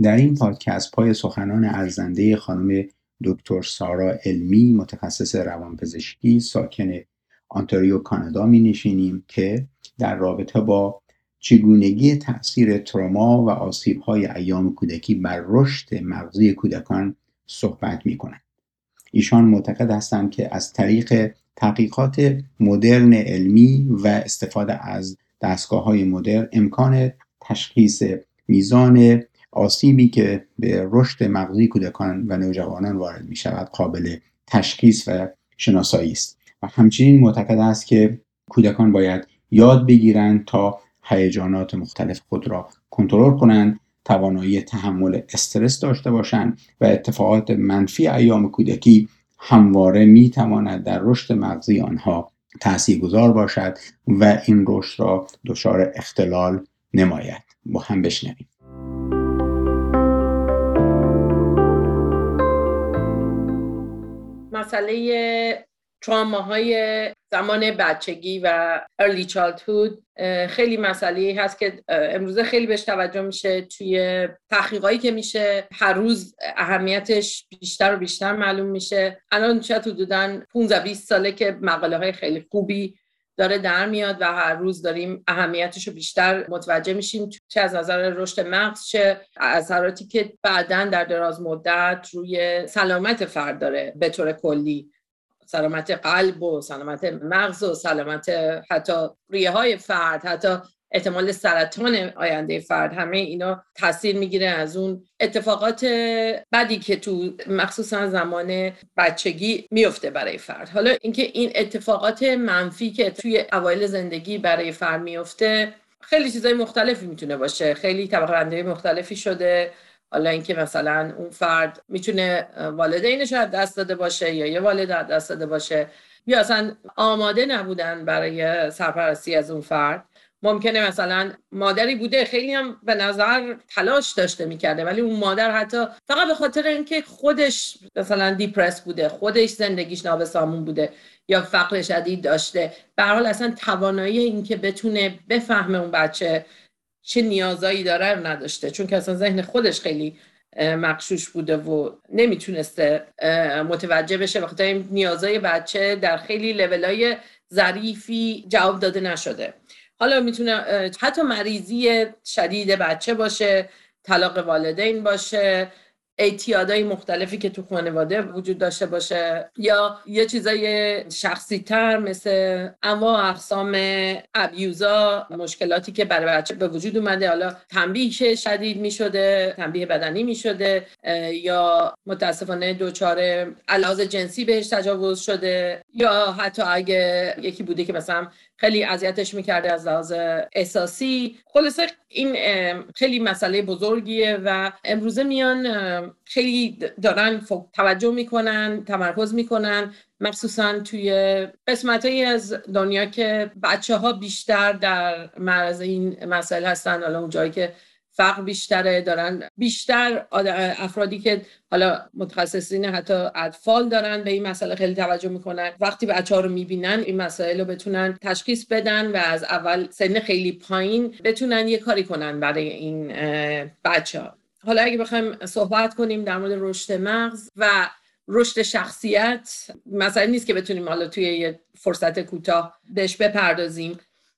در این پادکست پای سخنان ارزنده خانم دکتر سارا علمی، متخصص روانپزشکی ساکن آنتاریو کانادا می نشینیم که در رابطه با چگونگی تأثیر تروما و آسیب‌های ایام کودکی بر رشد مغزی کودکان صحبت می کنند. ایشان معتقد هستند که از طریق تحقیقات مدرن علمی و استفاده از دستگاه‌های مدرن امکان تشخیص میزان آسیبی که به رشد مغزی کودکان و نوجوانان وارد می شود قابل تشخیص و شناسایی است و همچنین معتقد است که کودکان باید یاد بگیرند تا هیجانات مختلف خود را کنترل کنند، توانایی تحمل استرس داشته باشند و اتفاقات منفی ایام کودکی همواره می تواند در رشد مغزی آنها تاثیرگذار باشد و این رشد را دچار اختلال نماید. با هم بشنویم. مسئله تراماهای زمان بچگی و early childhood خیلی مسئله هست که امروزه خیلی بهش توجه میشه. توی تحقیقاتی که میشه هر روز اهمیتش بیشتر و بیشتر معلوم میشه. الان شاید حدوداً 15-20 ساله که مقاله های خیلی خوبی داره در میاد و هر روز داریم اهمیتش رو بیشتر متوجه میشیم، چه از نظر رشد مغز چه اثراتی که بعداً در دراز مدت روی سلامت فرد داره به طور کلی، سلامت قلب و سلامت مغز و سلامت حتی ریه های فرد، حتی احتمال سرطان آینده فرد. همه اینا تاثیر میگیره از اون اتفاقات بدی که تو مخصوصا زمان بچگی میفته برای فرد. حالا اینکه این اتفاقات منفی که توی اوایل زندگی برای فرد میفته خیلی چیزای مختلفی میتونه باشه، خیلی طبقه بندی مختلفی شده. حالا اینکه مثلا اون فرد میتونه والدینش از دست داده باشه یا یه والد از دست داده باشه یا اصلا آماده نبودن برای سرپرستی از اون فرد. ممکنه مثلا مادری بوده خیلی هم به نظر تلاش داشته میکرده ولی اون مادر حتی فقط به خاطر اینکه خودش مثلا دیپرس بوده، خودش زندگیش نابسامون بوده یا فقر شدید داشته، به هر حال اصلا توانایی این که بتونه بفهمه اون بچه چه نیازایی داره رو نداشته، چون که اصلا ذهن خودش خیلی مغشوش بوده و نمیتونسته متوجه بشه، بخاطر این نیازای بچه در خیلی لولای ظریفی جواب داده نشده. حالا میتونه حتی مریضی شدید بچه باشه، طلاق والدین باشه، اعتیادهای مختلفی که تو خانواده وجود داشته باشه یا یه چیزای شخصی تر مثل انواع اقسام ابیوزا، مشکلاتی که برای بچه به وجود اومده، حالا تنبیه شدید می شده، تنبیه بدنی می شده یا متاسفانه دچار الحاظ جنسی بهش تجاوز شده یا حتی اگه یکی بوده که مثلا خیلی اذیتش میکرده از لحاظ احساسی. خلاصه این خیلی مسئله بزرگیه و امروزه میان خیلی دارن توجه میکنن، تمرکز میکنن مخصوصا توی قسمتایی از دنیا که بچه ها بیشتر در معرض این مسائل هستن. حالا اون جایی که فقر بیشتره دارن بیشتر افرادی که حالا متخصصین حتی اطفال دارن به این مسئله خیلی توجه میکنن. وقتی بچه‌ها رو میبینن این مسائل رو بتونن تشخیص بدن و از اول سن خیلی پایین بتونن یه کاری کنن برای این بچه‌ها. حالا اگه بخوایم صحبت کنیم در مورد رشد مغز و رشد شخصیت، مسئله نیست که بتونیم حالا توی یه فرصت کوتاه بهش بپردازیم،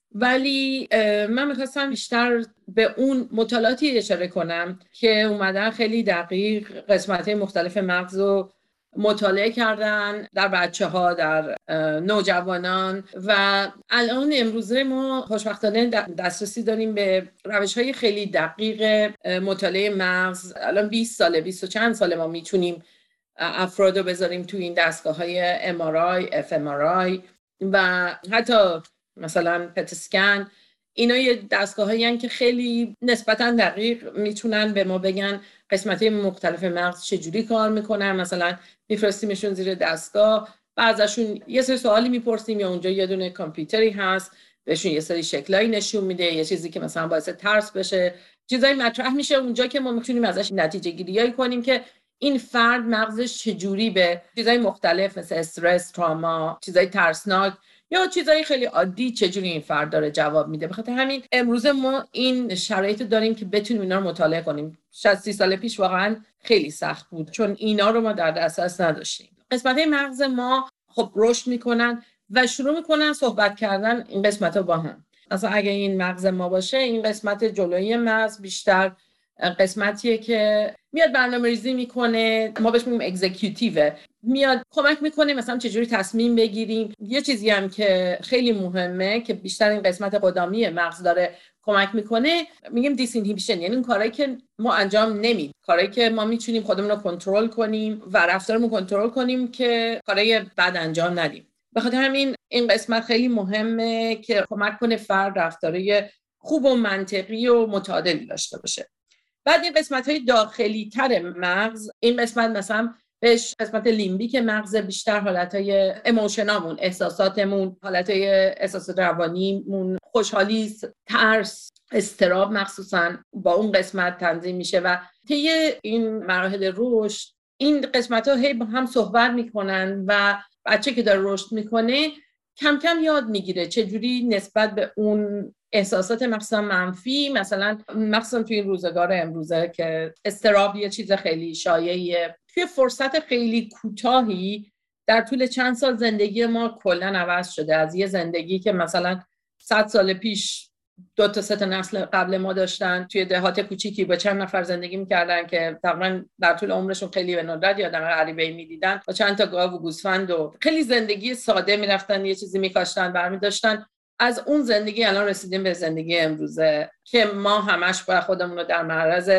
ولی من میخواستم بیشتر به اون مطالعاتی اشاره کنم که اومدن خیلی دقیق قسمت‌های مختلف مغز رو مطالعه کردن در بچه‌ها، در نوجوانان و الان امروزه ما خوشبختانه دسترسی داریم به روش‌های خیلی دقیق مطالعه مغز. الان 20 ساله 20 و چند ساله ما میتونیم افراد رو بذاریم توی این دستگاه‌های MRI، fMRI و حتی مثلا پت اسکن. اینا یه دستگاه‌هایی هستن که خیلی نسبتاً دقیق میتونن به ما بگن قسمت‌های مختلف مغز چجوری کار میکنن. مثلا میفرستیمشون زیر دستگاه، بعضیشون یه سری سوالی میپرسیم یا اونجا یه دونه کامپیوتری هست بهشون یه سری شکلایی نشون میده، یه چیزی که مثلا باعث ترس بشه، چیزایی مطرح میشه اونجا که ما میتونیم ازش نتیجه گیری کنیم که این فرد مغزش چجوری به چیزای مختلف مثل استرس، تراما، چیزای ترسناک یا چیزای خیلی عادی چجوری این فرد داره جواب میده. بخاطر همین امروز ما این شرایط رو داریم که بتونیم اینا رو مطالعه کنیم. 60 سال پیش واقعا خیلی سخت بود چون اینا رو ما در دسترس نداشتیم. قسمت‌های مغز ما خب رشد میکنن و شروع میکنن صحبت کردن این قسمت‌ها با هم. مثلا اگه این مغز ما باشه، این قسمت جلویی مغز بیشتر قسمتیه که میاد برنامه‌ریزی میکنه، ما بهش میگیم اگزیکیوتیو، میاد کمک میکنه مثلا چجوری تصمیم بگیریم. یه چیزی هم که خیلی مهمه که بیشتر این قسمت قدامی مغز داره کمک میکنه، میگیم دیس اینهیبیشن، یعنی اون کارهایی که ما انجام نمیدیم، کارهایی که ما میتونیم خودمون رو کنترل کنیم و رفتارمون کنترل کنیم که کارهای بد انجام ندیم. بخاطر همین این قسمت خیلی مهمه که کمک کنه فرد رفتارهای خوب و منطقی و متعادلی داشته باشه. بعد این قسمت‌های داخلی تر مغز، این قسمت مثلا بهش قسمت لیمبیک مغز، بیشتر حالتهای ایموشنامون، احساساتمون، حالتهای احساسات روانیمون، خوشحالی، ترس، اضطراب مخصوصا با اون قسمت تنظیم میشه و طی این مراحل رشد این قسمت‌ها هی با هم صحبت میکنن و بچه که داره رشد میکنه کم کم یاد میگیره چجوری نسبت به اون احساسات مثلا منفی، مثلا توی این روزگار امروزه که اضطراب یه چیز خیلی شایعیه، توی فرصت خیلی کوتاهی در طول چند سال زندگی ما کلا عوض شده. از یه زندگی که مثلا 100 سال پیش 2 تا 3 تا نسل قبل ما داشتن توی دهات کوچیکی با چند نفر زندگی می‌کردن که تقریبا در طول عمرشون خیلی به ندرت یه آدم غریبه‌ای می‌دیدن، با چند تا گاو و گوسفند و خیلی زندگی ساده می‌رفتن، یه چیزی می‌کاشتن برمی‌داشتن. از اون زندگی الان رسیدیم به زندگی امروزه که ما همش با خودمون رو در معرض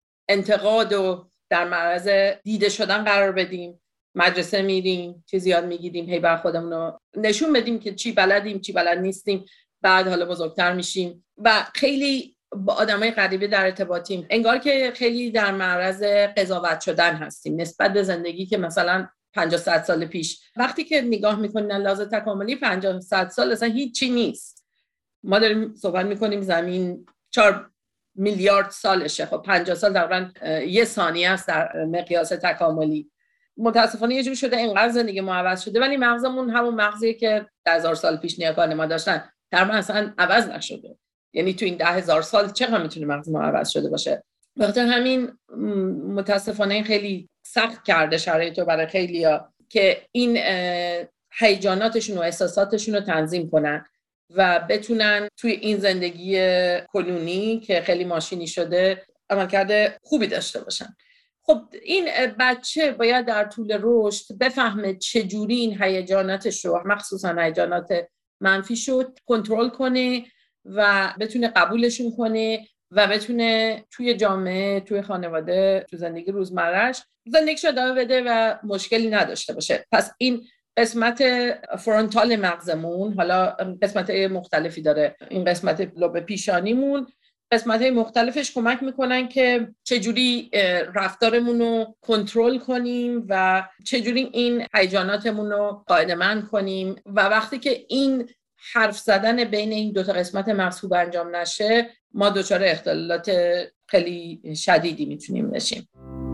انتقاد و در معرض دیده شدن قرار بدیم. مدرسه میریم، چیزی یاد میگیریم، هی بر خودمون رو نشون بدیم که چی بلدیم، چی بلد نیستیم. بعد حالا بزرگتر میشیم و خیلی با آدمای غریبه در ارتباطیم، انگار که خیلی در معرض قضاوت شدن هستیم نسبت به زندگی که مثلا 50 100 سال پیش. وقتی که نگاه میکنین لحاظ تکاملی 50 100 سال اصلا هیچی نیست. ما داریم صحبت میکنیم زمین 4 میلیارد سالشه، خب 50 سال تقریبا یه ثانیه است در مقیاس تکاملی. متاسفانه یه جوری شده اینقدر زندگی ما عوض شده ولی مغزمون همون مغزیه که 10,000 سال پیش نیاکان ما داشتن، تقریبا اصلا عوض نشده. یعنی تو این 10,000 سال چقدر میتونه مغز ما عوض شده باشه؟ بخاطر همین متاسفانه خیلی سخت کرده شرایط رو برای خیلیا که این هیجاناتشون و احساساتشون رو تنظیم کنن و بتونن توی این زندگی کنونی که خیلی ماشینی شده عملکرد خوبی داشته باشن. خب این بچه باید در طول رشد بفهمه چجوری این هیجاناتش رو، مخصوصا هیجانات منفی شد، کنترل کنه و بتونه قبولشون کنه و بتونه توی جامعه، توی خانواده، توی زندگی روزمرهش زندگیش ادامه بده و مشکلی نداشته باشه. پس این قسمت فرونتال مغزمون، حالا قسمت مختلفی داره، این قسمت لوب پیشانیمون، قسمت‌های مختلفش کمک میکنن که چجوری رفتارمون رو کنترل کنیم و چجوری این هیجاناتمون رو قاعده‌مند کنیم و وقتی که این حرف زدن بین این 2 تا قسمت مغز خوب انجام نشه ما دچار اختلالات خیلی شدیدی میتونیم بشیم.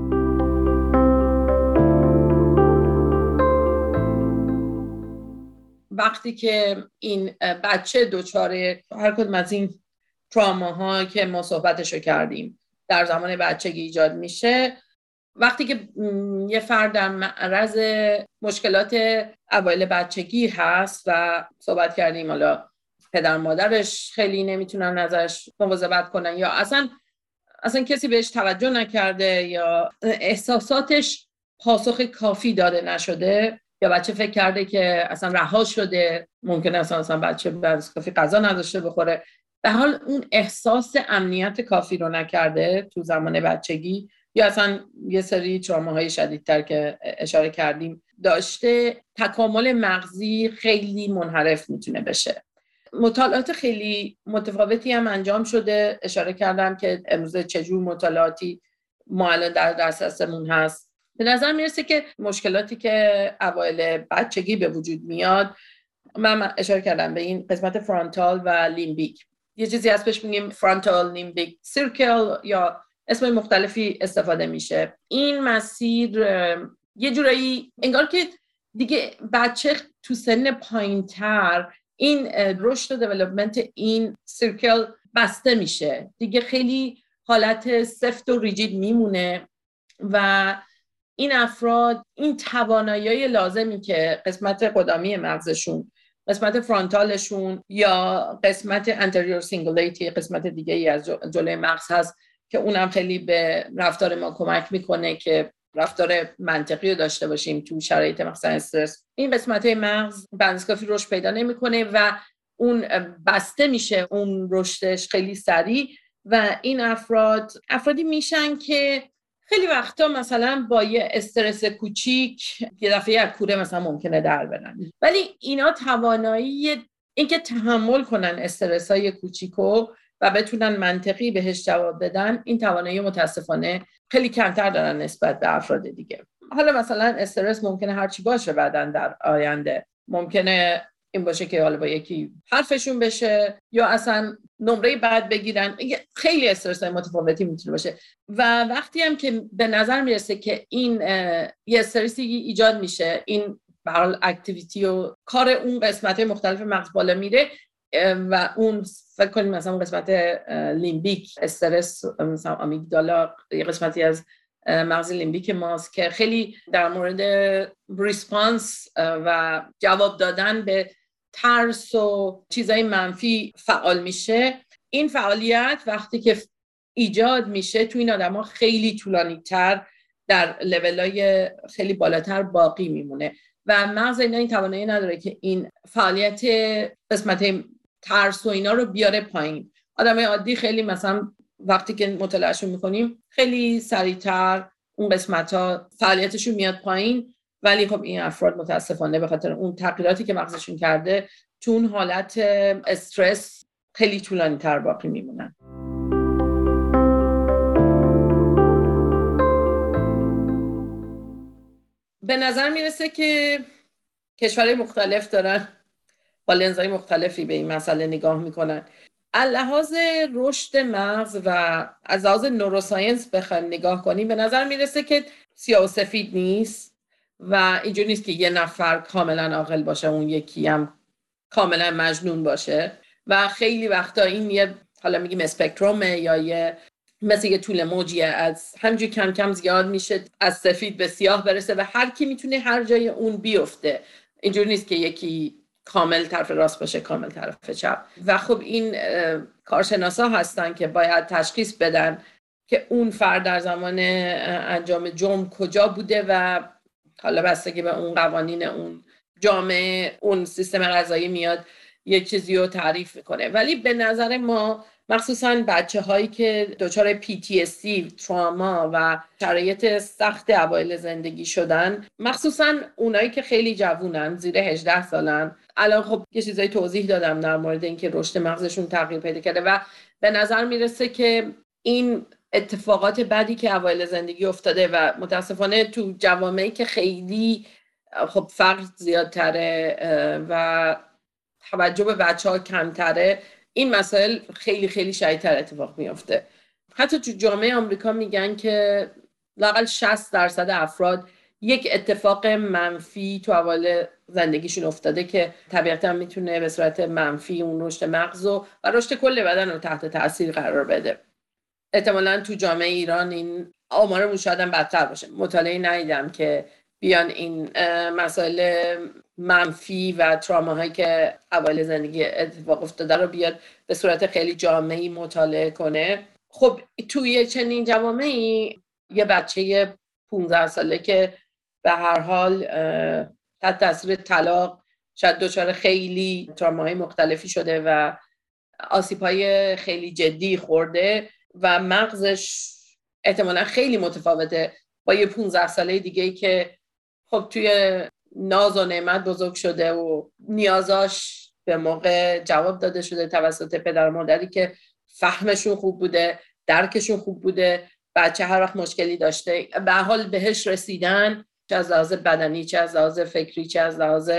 وقتی که این بچه دچار هر کدوم از این تراماها که ما صحبتشو کردیم در زمان بچگی ایجاد میشه، وقتی که یه فرد در معرض مشکلات اوایل بچگی هست و صحبت کردیم حالا پدر مادرش خیلی نمیتونن ازش مواظبت کنن یا اصلا کسی بهش توجه نکرده یا احساساتش پاسخ کافی داده نشده یا بچه فکر کرده که اصلا رها شده، ممکنه اصلا بچه کافی غذا نداشته بخوره، به حال اون احساس امنیت کافی رو نکرده تو زمان بچگی یا اصلا یه سری تراماهای شدیدتر که اشاره کردیم داشته، تکامل مغزی خیلی منحرف میتونه بشه. مطالعات خیلی متفاوتی هم انجام شده، اشاره کردم که امروز چجور مطالعاتی ما الان در دسترسمون هست. به نظر میرسه که مشکلاتی که اوایل بچگی به وجود میاد، من اشاره کردم به این قسمت فرونتال و لیمبیک، یه چیزی هست بهش میگیم فرونتال لیمبیک سیرکل یا اسم مختلفی استفاده میشه. این مسیر یه جورایی انگار که دیگه بچه تو سن پایین‌تر این رشد و دیولپمنت این سیرکل بسته میشه دیگه، خیلی حالت سفت و ریجید میمونه و این افراد این توانایی لازمی که قسمت قدامی مغزشون، قسمت فرانتالشون یا قسمت انتریور سینگولیتی، قسمت دیگه ای از جلوی مغز هست که اونم خیلی به رفتار ما کمک میکنه که رفتار منطقی رو داشته باشیم تو شرایط مثلا استرس. این قسمت مغز بنز کافی رشد پیدا نمیکنه و اون بسته میشه، اون رشدش خیلی سریع و این افرادی میشن که خیلی وقتا مثلا با یه استرس کوچیک یه دفعه از کوره مثلا ممکنه در برن، ولی اینا توانایی اینکه تحمل کنن استرس‌های کوچیکو و بتونن منطقی بهش جواب بدن، این توانایی متاسفانه خیلی کمتر دارن نسبت به افراد دیگه. حالا مثلا استرس ممکنه هرچی باشه بعداً در آینده، ممکنه این باشه که حالا با یکی حرفشون بشه یا اصلا نمره بد بگیرن، خیلی استرس متفاوتی میتونه باشه و وقتی هم که به نظر میرسه که این یه استرسی ایجاد میشه، این برای اکتیویتی و کار اون قسمت مختلف مغز بالا میره و اون فکر کنیم مثلا قسمت لیمبیک استرس، مثلا آمیگدالا یه قسمتی از مغز لیمبیک ماست که خیلی در مورد ریسپانس و جواب دادن به ترس و چیزای منفی فعال میشه. این فعالیت وقتی که ایجاد میشه تو این آدم ها خیلی طولانی تر در لیولای خیلی بالاتر باقی میمونه و مغز اینا این توانایی نداره که این فعالیت قسمت ترس و اینا رو بیاره پایین. آدم عادی خیلی مثلا وقتی که مطالعهشون میکنیم خیلی سریعتر اون قسمت ها فعالیتشون میاد پایین، ولی خب این افراد متاسفانه به خاطر اون تغییراتی که مغزشون کرده تو اون حالت استرس خیلی طولانی تر باقی میمونن. به نظر میرسه که کشورهای مختلف دارن با لنزهای مختلفی به این مسئله نگاه میکنن. از لحاظ رشد مغز و از لحاظ نوروساینس بخوایم نگاه کنیم، به نظر میرسه که سیاه و سفید نیست و اینجور نیست که یه نفر کاملا عاقل باشه اون یکی هم کاملا مجنون باشه و خیلی وقتا این یه حالا میگیم اسپکترومه یا یه مثل یه طول موجیه، از همینجور کم کم زیاد میشه از سفید به سیاه برسه و هر کی میتونه هر جای اون بیفته. اینجور نیست که یکی کامل طرف راست باشه کامل طرف چپ و خب این کارشناسا هستن که باید تشخیص بدن که اون فرد در زمان انجام جرم کجا بوده و حالا بستگی به اون قوانین اون جامعه اون سیستم قضایی میاد یه چیزی رو تعریف میکنه. ولی به نظر ما مخصوصا بچه هایی که دچار PTSD، تراما و شرایط سخت اوایل زندگی شدن، مخصوصا اونایی که خیلی جوونن زیر 18 سالن، الان خب یه چیزایی توضیح دادم در مورد اینکه رشد مغزشون تغییر پیدا کرده و به نظر میرسه که این اتفاقات بدی که اوایل زندگی افتاده و متاسفانه تو جوامعی که خیلی خب فقر زیادتره و توجه به بچه‌ها کمتره، این مسائل خیلی خیلی شدیدتر اتفاق میفته. حتی تو جامعه آمریکا میگن که لااقل 60% افراد یک اتفاق منفی تو اول زندگیشون افتاده که طبیعتا میتونه به صورت منفی اون رشد مغز و رشد کل بدن رو تحت تاثیر قرار بده. احتمالاً تو جامعه ایران این آمارمون شاید هم بدتر باشه. مطالعه ندیدم که بیان این مسائل منفی و تراماهایی که اوایل زندگی اتفاق افتاده رو بیاد به صورت خیلی جامعی مطالعه کنه. خب توی چنین جوامعی یه بچه 15 ساله که به هر حال تحت تاثیر طلاق شاید دچار خیلی تراماهای مختلفی شده و آسیب‌های خیلی جدی خورده و مغزش احتمالاً خیلی متفاوته با یه 15 ساله دیگه‌ای که خب توی ناز و نعمت بزرگ شده و نیازاش به موقع جواب داده شده توسط پدر و مادری که فهمشون خوب بوده، درکشون خوب بوده، بچه هر وقت مشکلی داشته به حال بهش رسیدن، چه از لحاظ بدنی، چه از لحاظ فکری، چه از لحاظ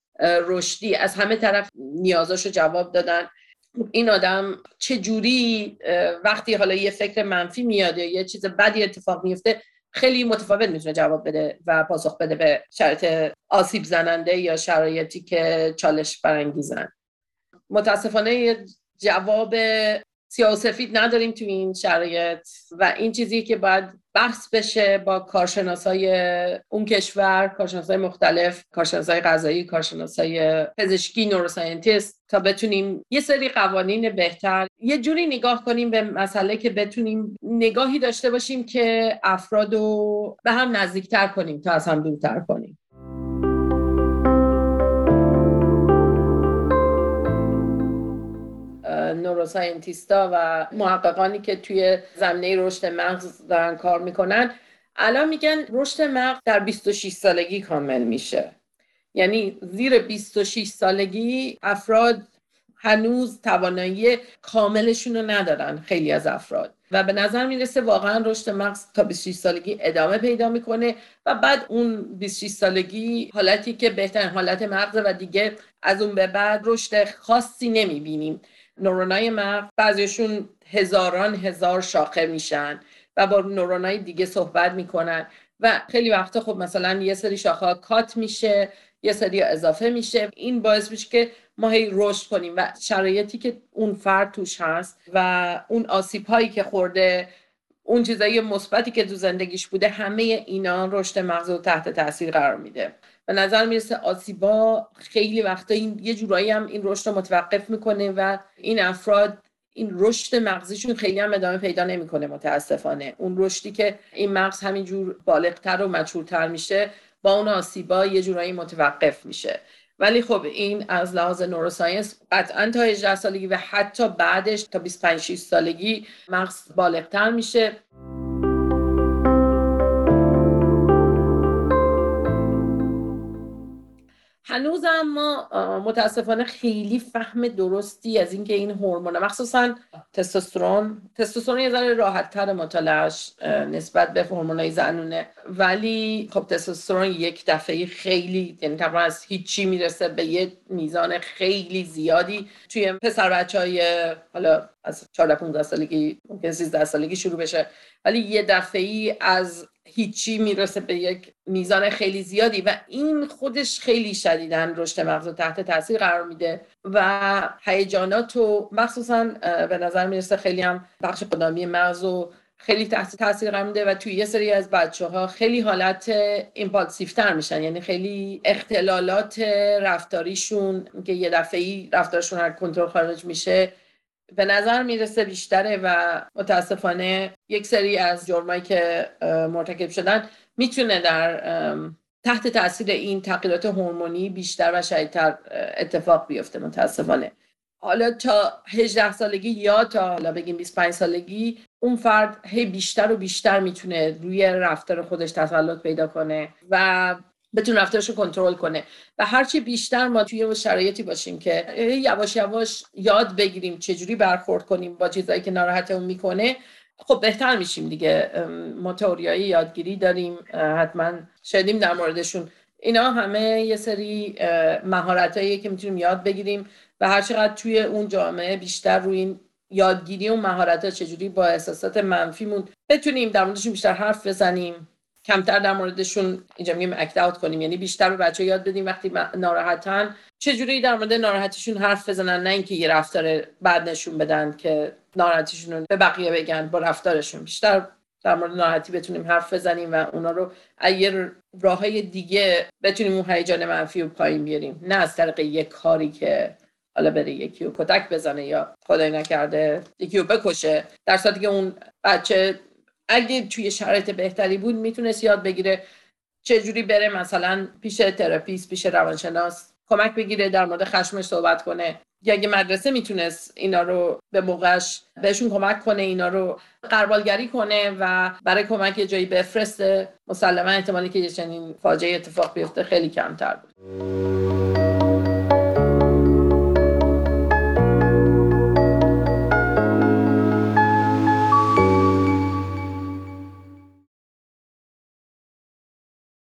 رشدی، از همه طرف نیازاشو جواب دادن. این آدم چجوری وقتی حالا یه فکر منفی میاد یا یه چیز بدی اتفاق میفته خیلی متفاوت میتونه جواب بده و پاسخ بده به شرایط آسیب زننده یا شرایطی که چالش برانگیزن. متاسفانه جواب سیاه و سفید نداریم تو این شرایط و این چیزی که باید بحث بشه با کارشناسای اون کشور، کارشناسای مختلف، کارشناسای غذایی، کارشناسای پزشکی، نوروساینتیست، تا بتونیم یه سری قوانین بهتر، یه جوری نگاه کنیم به مسئله که بتونیم نگاهی داشته باشیم که افرادو به هم نزدیکتر کنیم تا از هم دورتر کنیم. نوروساینتیستا و محققانی که توی زمینه رشد مغز دارن کار میکنن الان میگن رشد مغز در 26 سالگی کامل میشه. یعنی زیر 26 سالگی افراد هنوز توانایی کاملشون رو ندارن، خیلی از افراد، و به نظر میرسه واقعا رشد مغز تا 26 سالگی ادامه پیدا میکنه و بعد اون 26 سالگی حالتی که بهترین حالت مغز و دیگه از اون به بعد رشد خاصی نمیبینیم. نورونای مغز بعضیشون هزاران هزار شاخه میشن و با نورونای دیگه صحبت میکنن و خیلی وقتا خب مثلا یه سری شاخه کات میشه، یه سری اضافه میشه. این باعث میشه که ما هی رشد کنیم و شرایطی که اون فرد توش هست و اون آسیب هایی که خورده، اون چیزایی مثبتی که تو زندگیش بوده، همه اینا رشد مغز رو تحت تاثیر قرار میده. به نظر میرسه آسیبا خیلی وقتا این یه جورایی هم این رشد رو متوقف میکنه و این افراد این رشد مغزیشون خیلی هم ادامه پیدا نمیکنه متاسفانه. اون رشدی که این مغز همینجور بالغتر و مچورتر میشه با اون آسیبا یه جورایی متوقف میشه. ولی خب این از لحاظ نوروساینس قطعا تا 18 سالگی و حتی بعدش تا 25-6 سالگی مغز بالغتر میشه. هنوز ما متاسفانه خیلی فهم درستی از اینکه این هورمون، مخصوصا تستوسترون یه ذره راحت‌تر مطالعه‌اش نسبت به هورمونای زنونه، ولی خب تستوسترون یک دفعه خیلی، یعنی تقریبا از هیچی میرسه به یه میزان خیلی زیادی توی پسر بچهای حالا از 14-15 سالگی ممکن 13 سالگی شروع بشه، ولی یه دفعه‌ای از هیچی میرسه به یک میزان خیلی زیادی و این خودش خیلی شدیداً رشد مغز رو تحت تاثیر قرار میده و هیجانات و مخصوصاً به نظر میرسه خیلی هم بخش قدامی مغز رو خیلی تحت تاثیر قرار میده و توی یه سری از بچه‌ها خیلی حالت ایمپالسیوتر میشن، یعنی خیلی اختلالات رفتاریشون که یه دفعه‌ای رفتارشون از کنترل خارج میشه به نظر میرسه بیشتره و متاسفانه یک سری از جرمایی که مرتکب شدن میتونه در تحت تاثیر این تغییرات هورمونی بیشتر و شدیدتر اتفاق بیفته متاسفانه. حالا تا 18 سالگی یا تا حالا بگیم 25 سالگی اون فرد هی بیشتر و بیشتر میتونه روی رفتار خودش تسلط پیدا کنه و بتونه رفتارش رو کنترل کنه و هرچی بیشتر ما توی شرایطی باشیم که یواش یواش یاد بگیریم چجوری برخورد کنیم با چیزایی که ناراحتمون میکنه، خب بهتر میشیم دیگه. ما تئوریای یادگیری داریم، حتما شنیدیم در موردشون. اینا همه یه سری مهارتاییه که میتونیم یاد بگیریم و هر چقدر توی اون جامعه بیشتر روی این یادگیری و مهارت‌ها چجوری با احساسات منفیمون بتونیم در موردشون بیشتر حرف بزنیم، کمتر در موردشون اینجا میگیم اکت اوت کنیم، یعنی بیشتر به بچه‌ها یاد بدیم وقتی ناراحتن چجوری در مورد ناراحتیشون حرف بزنن، نه اینکه یه رفتار بد نشون بدن که ناراحتیشون رو به بقیه بگن با رفتارشون. بیشتر در مورد ناراحتی بتونیم حرف بزنیم و اونا رو از یه راههای دیگه بتونیم اون هیجان منفی رو پایین بیاریم، نه از طریق یک کاری که حالا بره یکی رو کتک بزنه یا خدای نکرده یکی رو بکشه، در صورتی که اون بچه اگه توی شرایط بهتری بود میتونست یاد بگیره چجوری بره مثلا پیش تراپیست، پیش روانشناس کمک بگیره، در مورد خشمش صحبت کنه، یا اگه مدرسه میتونست اینا رو به موقعش بهشون کمک کنه، اینا رو غربالگری کنه و برای کمک یه جایی بفرسته، مسلما احتمالی که یه چنین فاجعه اتفاق بیفته خیلی کمتر بود.